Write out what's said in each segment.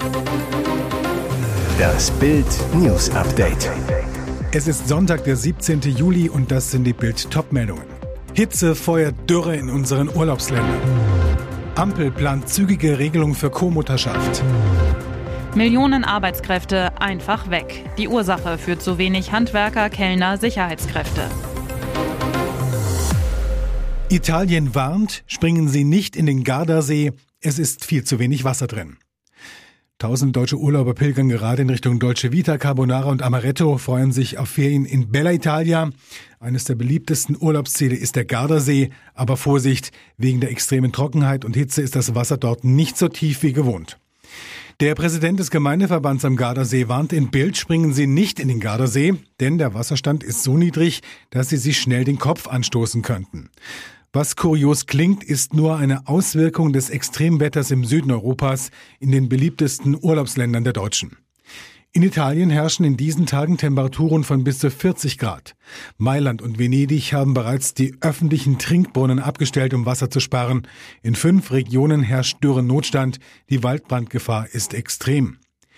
Das Bild News Update. Es ist Sonntag, der 17. Juli und das sind die Bild-Top-Meldungen. Hitze feuert Dürre in unseren Urlaubsländern. Ampel plant zügige Regelung für Co-Mutterschaft. Millionen Arbeitskräfte einfach weg. Die Ursache für zu wenig Handwerker, Kellner, Sicherheitskräfte. Italien warnt, springen Sie nicht in den Gardasee, es ist viel zu wenig Wasser drin. Tausend deutsche Urlauber pilgern gerade in Richtung Dolce Vita, Carbonara und Amaretto, freuen sich auf Ferien in Bella Italia. Eines der beliebtesten Urlaubsziele ist der Gardasee, aber Vorsicht, wegen der extremen Trockenheit und Hitze ist das Wasser dort nicht so tief wie gewohnt. Der Präsident des Gemeindeverbands am Gardasee warnt in Bild, springen Sie nicht in den Gardasee, denn der Wasserstand ist so niedrig, dass Sie sich schnell den Kopf anstoßen könnten. Was kurios klingt, ist nur eine Auswirkung des Extremwetters im Süden Europas in den beliebtesten Urlaubsländern der Deutschen. In Italien herrschen in diesen Tagen Temperaturen von bis zu 40 Grad. Mailand und Venedig haben bereits die öffentlichen Trinkbrunnen abgestellt, um Wasser zu sparen. In 5 Regionen herrscht Dürrenotstand. Die Waldbrandgefahr ist extrem.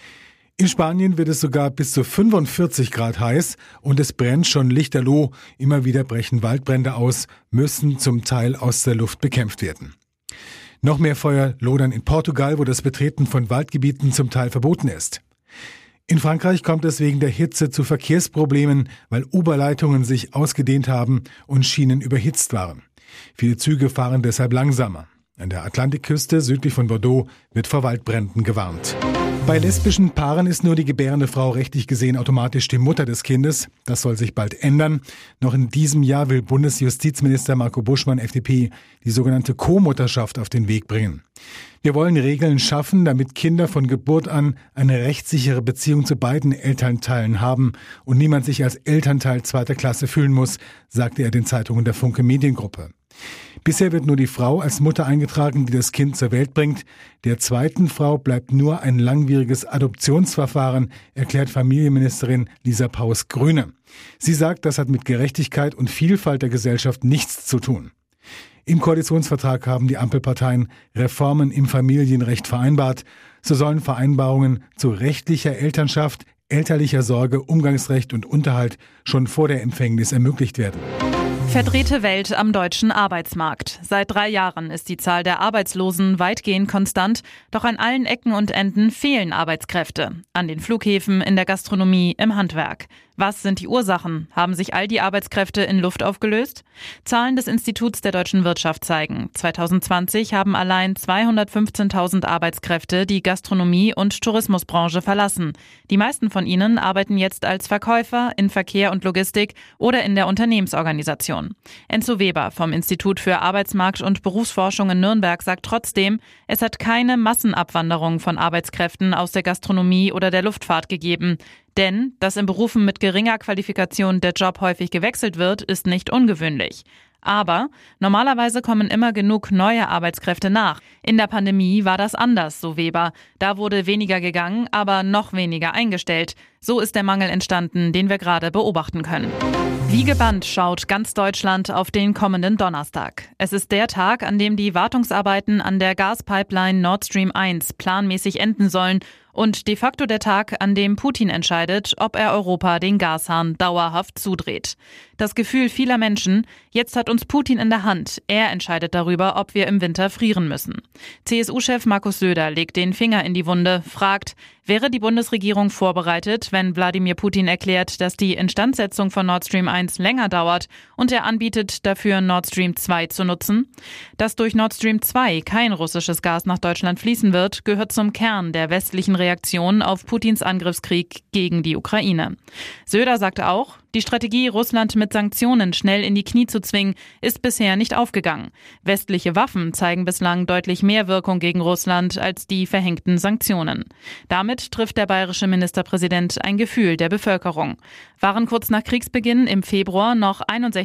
In Spanien wird es sogar bis zu 45 Grad heiß und es brennt schon lichterloh. Immer wieder brechen Waldbrände aus, müssen zum Teil aus der Luft bekämpft werden. Noch mehr Feuer lodern in Portugal, wo das Betreten von Waldgebieten zum Teil verboten ist. In Frankreich kommt es wegen der Hitze zu Verkehrsproblemen, weil Oberleitungen sich ausgedehnt haben und Schienen überhitzt waren. Viele Züge fahren deshalb langsamer. An der Atlantikküste südlich von Bordeaux wird vor Waldbränden gewarnt. Bei lesbischen Paaren ist nur die gebärende Frau rechtlich gesehen automatisch die Mutter des Kindes. Das soll sich bald ändern. Noch in diesem Jahr will Bundesjustizminister Marco Buschmann, FDP, die sogenannte Co-Mutterschaft auf den Weg bringen. Wir wollen Regeln schaffen, damit Kinder von Geburt an eine rechtssichere Beziehung zu beiden Elternteilen haben und niemand sich als Elternteil zweiter Klasse fühlen muss, sagte er den Zeitungen der Funke Mediengruppe. Bisher wird nur die Frau als Mutter eingetragen, die das Kind zur Welt bringt. Der zweiten Frau bleibt nur ein langwieriges Adoptionsverfahren, erklärt Familienministerin Lisa Paus-Grüne. Sie sagt, das hat mit Gerechtigkeit und Vielfalt der Gesellschaft nichts zu tun. Im Koalitionsvertrag haben die Ampelparteien Reformen im Familienrecht vereinbart. So sollen Vereinbarungen zu rechtlicher Elternschaft, elterlicher Sorge, Umgangsrecht und Unterhalt schon vor der Empfängnis ermöglicht werden. Verdrehte Welt am deutschen Arbeitsmarkt. Seit 3 Jahren ist die Zahl der Arbeitslosen weitgehend konstant, doch an allen Ecken und Enden fehlen Arbeitskräfte. An den Flughäfen, in der Gastronomie, im Handwerk. Was sind die Ursachen? Haben sich all die Arbeitskräfte in Luft aufgelöst? Zahlen des Instituts der deutschen Wirtschaft zeigen, 2020 haben allein 215.000 Arbeitskräfte die Gastronomie- und Tourismusbranche verlassen. Die meisten von ihnen arbeiten jetzt als Verkäufer in Verkehr und Logistik oder in der Unternehmensorganisation. Enzo Weber vom Institut für Arbeitsmarkt- und Berufsforschung in Nürnberg sagt trotzdem, es hat keine Massenabwanderung von Arbeitskräften aus der Gastronomie oder der Luftfahrt gegeben. Denn, dass in Berufen mit geringer Qualifikation der Job häufig gewechselt wird, ist nicht ungewöhnlich. Aber normalerweise kommen immer genug neue Arbeitskräfte nach. In der Pandemie war das anders, so Weber. Da wurde weniger gegangen, aber noch weniger eingestellt. So ist der Mangel entstanden, den wir gerade beobachten können. Wie gebannt schaut ganz Deutschland auf den kommenden Donnerstag. Es ist der Tag, an dem die Wartungsarbeiten an der Gaspipeline Nord Stream 1 planmäßig enden sollen und de facto der Tag, an dem Putin entscheidet, ob er Europa den Gashahn dauerhaft zudreht. Das Gefühl vieler Menschen, jetzt hat uns Putin in der Hand. Er entscheidet darüber, ob wir im Winter frieren müssen. CSU-Chef Markus Söder legt den Finger in die Wunde, fragt, wäre die Bundesregierung vorbereitet, wenn Wladimir Putin erklärt, dass die Instandsetzung von Nord Stream 1 länger dauert und er anbietet, dafür Nord Stream 2 zu nutzen? Dass durch Nord Stream 2 kein russisches Gas nach Deutschland fließen wird, gehört zum Kern der westlichen Reaktion auf Putins Angriffskrieg gegen die Ukraine. Söder sagte auch, die Strategie, Russland mit Sanktionen schnell in die Knie zu zwingen, ist bisher nicht aufgegangen. Westliche Waffen zeigen bislang deutlich mehr Wirkung gegen Russland als die verhängten Sanktionen. Damit trifft der bayerische Ministerpräsident ein Gefühl der Bevölkerung. Waren kurz nach Kriegsbeginn im Februar noch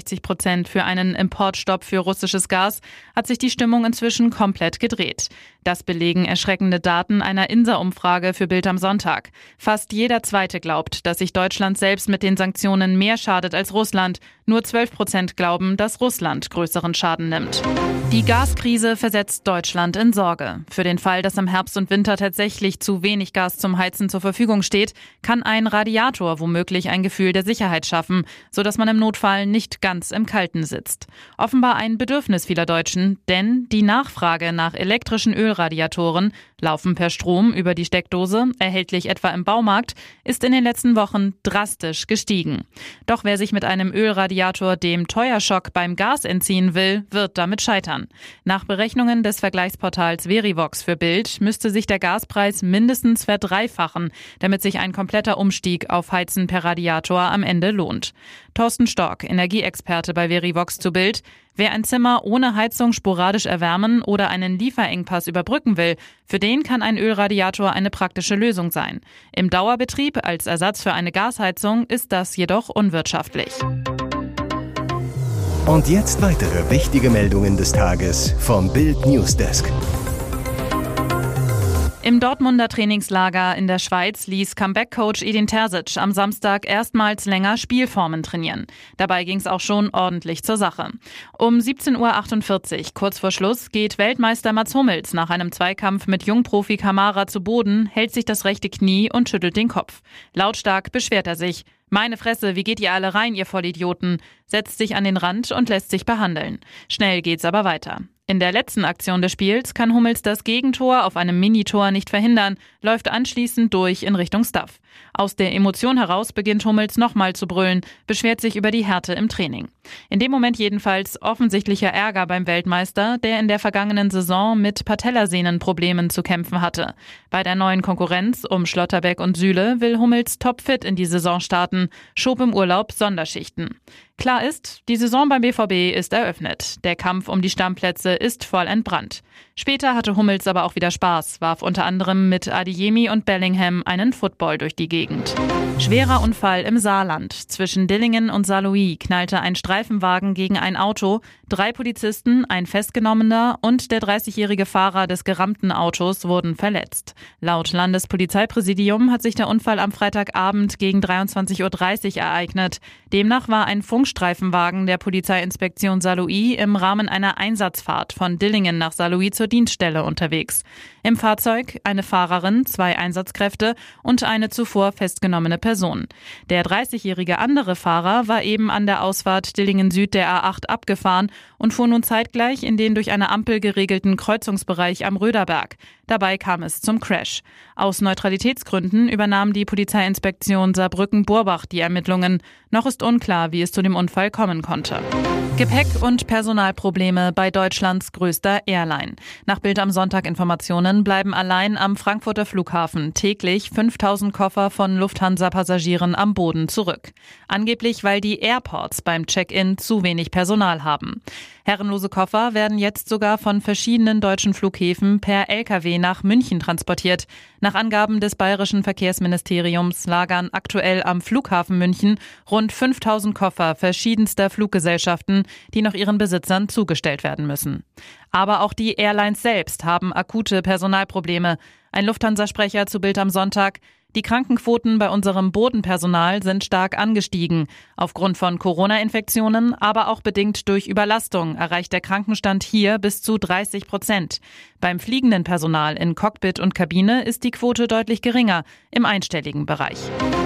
61% für einen Importstopp für russisches Gas, hat sich die Stimmung inzwischen komplett gedreht. Das belegen erschreckende Daten einer INSA-Umfrage für Bild am Sonntag. Fast jeder Zweite glaubt, dass sich Deutschland selbst mit den Sanktionen mehr schadet als Russland. Nur 12% glauben, dass Russland größeren Schaden nimmt. Die Gaskrise versetzt Deutschland in Sorge. Für den Fall, dass im Herbst und Winter tatsächlich zu wenig Gas zum Heizen zur Verfügung steht, kann ein Radiator womöglich ein Gefühl der Sicherheit schaffen, sodass man im Notfall nicht ganz im Kalten sitzt. Offenbar ein Bedürfnis vieler Deutschen, denn die Nachfrage nach elektrischen Ölradiatoren, laufen per Strom über die Steckdose, erhältlich etwa im Baumarkt, ist in den letzten Wochen drastisch gestiegen. Doch wer sich mit einem Ölradiator dem Teuerschock beim Gas entziehen will, wird damit scheitern. Nach Berechnungen des Vergleichsportals Verivox für Bild müsste sich der Gaspreis mindestens verdreifachen, damit sich ein kompletter Umstieg auf Heizen per Radiator am Ende lohnt. Thorsten Stork, Energieexperte bei Verivox zu Bild: Wer ein Zimmer ohne Heizung sporadisch erwärmen oder einen Lieferengpass überbrücken will, für den kann ein Ölradiator eine praktische Lösung sein. Im Dauerbetrieb als Ersatz für eine Gasheizung ist das jedoch unwirtschaftlich. Und jetzt weitere wichtige Meldungen des Tages vom Bild Newsdesk. Im Dortmunder Trainingslager in der Schweiz ließ Comeback-Coach Edin Terzic am Samstag erstmals länger Spielformen trainieren. Dabei ging es auch schon ordentlich zur Sache. Um 17:48 Uhr, kurz vor Schluss, geht Weltmeister Mats Hummels nach einem Zweikampf mit Jungprofi Kamara zu Boden, hält sich das rechte Knie und schüttelt den Kopf. Lautstark beschwert er sich: Meine Fresse, wie geht ihr alle rein, ihr Vollidioten? Setzt sich an den Rand und lässt sich behandeln. Schnell geht's aber weiter. In der letzten Aktion des Spiels kann Hummels das Gegentor auf einem Minitor nicht verhindern, läuft anschließend durch in Richtung Staff. Aus der Emotion heraus beginnt Hummels nochmal zu brüllen, beschwert sich über die Härte im Training. In dem Moment jedenfalls offensichtlicher Ärger beim Weltmeister, der in der vergangenen Saison mit Patellasehnenproblemen zu kämpfen hatte. Bei der neuen Konkurrenz um Schlotterbeck und Süle will Hummels topfit in die Saison starten, schob im Urlaub Sonderschichten. Klar ist, die Saison beim BVB ist eröffnet. Der Kampf um die Stammplätze ist voll entbrannt. Später hatte Hummels aber auch wieder Spaß, warf unter anderem mit Adeyemi und Bellingham einen Football durch die Gegend. Schwerer Unfall im Saarland. Zwischen Dillingen und Saarlouis knallte ein Streifenwagen gegen ein Auto. 3 Polizisten, ein Festgenommener und der 30-jährige Fahrer des gerammten Autos wurden verletzt. Laut Landespolizeipräsidium hat sich der Unfall am Freitagabend gegen 23:30 Uhr ereignet. Demnach war ein Funkstreifenwagen der Polizeiinspektion Saarlouis im Rahmen einer Einsatzfahrt von Dillingen nach Saarlouis zur Dienststelle unterwegs. Im Fahrzeug eine Fahrerin, 2 Einsatzkräfte und eine zuvor festgenommene Person. Der 30-jährige andere Fahrer war eben an der Ausfahrt Dillingen Süd der A8 abgefahren und fuhr nun zeitgleich in den durch eine Ampel geregelten Kreuzungsbereich am Röderberg. Dabei kam es zum Crash. Aus Neutralitätsgründen übernahm die Polizeiinspektion Saarbrücken-Burbach die Ermittlungen. Noch ist unklar, wie es zu dem Unfall kommen konnte. Gepäck- und Personalprobleme bei Deutschlands größter Airline. Nach Bild am Sonntag Informationen bleiben allein am Frankfurter Flughafen täglich 5000 Koffer von Lufthansa-Passagieren am Boden zurück. Angeblich, weil die Airports beim Check-in zu wenig Personal haben. Herrenlose Koffer werden jetzt sogar von verschiedenen deutschen Flughäfen per Lkw nach München transportiert. Nach Angaben des bayerischen Verkehrsministeriums lagern aktuell am Flughafen München rund 5000 Koffer verschiedenster Fluggesellschaften, die noch ihren Besitzern zugestellt werden müssen. Aber auch die Airlines selbst haben akute Personalprobleme. Ein Lufthansa-Sprecher zu Bild am Sonntag: Die Krankenquoten bei unserem Bodenpersonal sind stark angestiegen. Aufgrund von Corona-Infektionen, aber auch bedingt durch Überlastung erreicht der Krankenstand hier bis zu 30%. Beim fliegenden Personal in Cockpit und Kabine ist die Quote deutlich geringer, im einstelligen Bereich.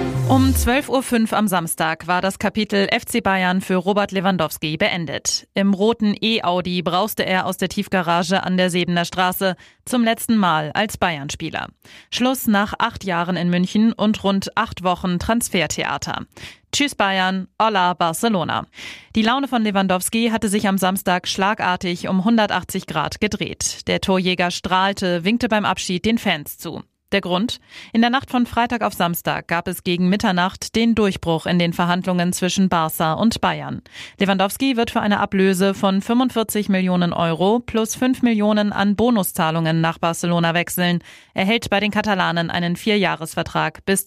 Um 12:05 Uhr am Samstag war das Kapitel FC Bayern für Robert Lewandowski beendet. Im roten E-Audi brauste er aus der Tiefgarage an der Sebener Straße zum letzten Mal als Bayern-Spieler. Schluss nach 8 Jahren in München und rund 8 Wochen Transfertheater. Tschüss Bayern, hola Barcelona. Die Laune von Lewandowski hatte sich am Samstag schlagartig um 180 Grad gedreht. Der Torjäger strahlte, winkte beim Abschied den Fans zu. Der Grund? In der Nacht von Freitag auf Samstag gab es gegen Mitternacht den Durchbruch in den Verhandlungen zwischen Barca und Bayern. Lewandowski wird für eine Ablöse von 45 Millionen Euro plus 5 Millionen an Bonuszahlungen nach Barcelona wechseln. Er hält bei den Katalanen einen 4-Jahres-Vertrag bis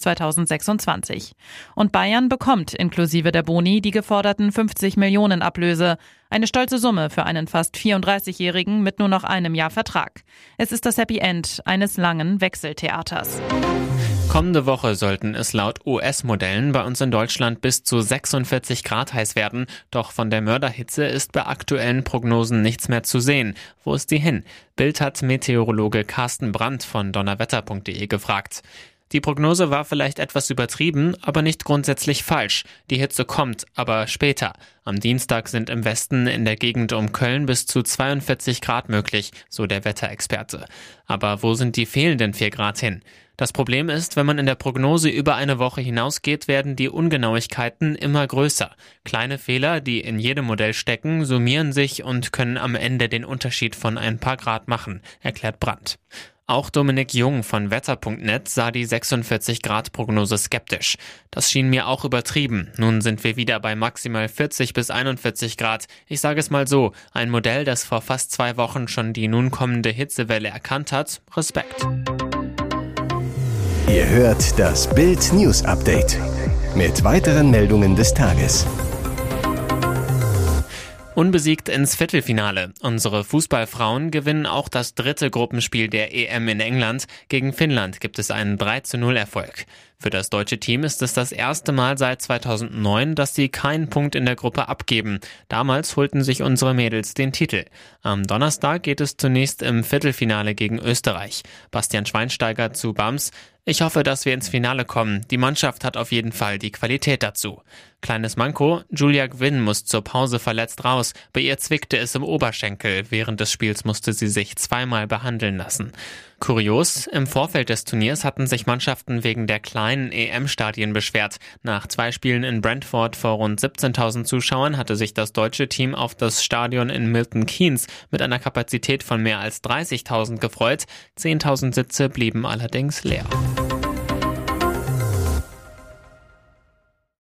2026. Und Bayern bekommt inklusive der Boni die geforderten 50 Millionen Ablöse. Eine stolze Summe für einen fast 34-Jährigen mit nur noch einem Jahr Vertrag. Es ist das Happy End eines langen Wechseltheaters. Kommende Woche sollten es laut US-Modellen bei uns in Deutschland bis zu 46 Grad heiß werden. Doch von der Mörderhitze ist bei aktuellen Prognosen nichts mehr zu sehen. Wo ist die hin? Bild hat Meteorologe Carsten Brandt von donnerwetter.de gefragt. Die Prognose war vielleicht etwas übertrieben, aber nicht grundsätzlich falsch. Die Hitze kommt, aber später. Am Dienstag sind im Westen in der Gegend um Köln bis zu 42 Grad möglich, so der Wetterexperte. Aber wo sind die fehlenden 4 Grad hin? Das Problem ist, wenn man in der Prognose über eine Woche hinausgeht, werden die Ungenauigkeiten immer größer. Kleine Fehler, die in jedem Modell stecken, summieren sich und können am Ende den Unterschied von ein paar Grad machen, erklärt Brandt. Auch Dominik Jung von wetter.net sah die 46-Grad-Prognose skeptisch. Das schien mir auch übertrieben. Nun sind wir wieder bei maximal 40 bis 41 Grad. Ich sage es mal so, ein Modell, das vor fast 2 Wochen schon die nun kommende Hitzewelle erkannt hat, Respekt. Ihr hört das Bild News Update mit weiteren Meldungen des Tages. Unbesiegt ins Viertelfinale. Unsere Fußballfrauen gewinnen auch das 3. Gruppenspiel der EM in England. Gegen Finnland gibt es einen 3:0-Erfolg. Für das deutsche Team ist es das erste Mal seit 2009, dass sie keinen Punkt in der Gruppe abgeben. Damals holten sich unsere Mädels den Titel. Am Donnerstag geht es zunächst im Viertelfinale gegen Österreich. Bastian Schweinsteiger zu BAMS: Ich hoffe, dass wir ins Finale kommen. Die Mannschaft hat auf jeden Fall die Qualität dazu. Kleines Manko: Julia Gwynn muss zur Pause verletzt raus. Bei ihr zwickte es im Oberschenkel. Während des Spiels musste sie sich 2-mal behandeln lassen. Kurios: Im Vorfeld des Turniers hatten sich Mannschaften wegen der kleinen EM-Stadien beschwert. Nach 2 Spielen in Brentford vor rund 17.000 Zuschauern hatte sich das deutsche Team auf das Stadion in Milton Keynes mit einer Kapazität von mehr als 30.000 gefreut. 10.000 Sitze blieben allerdings leer.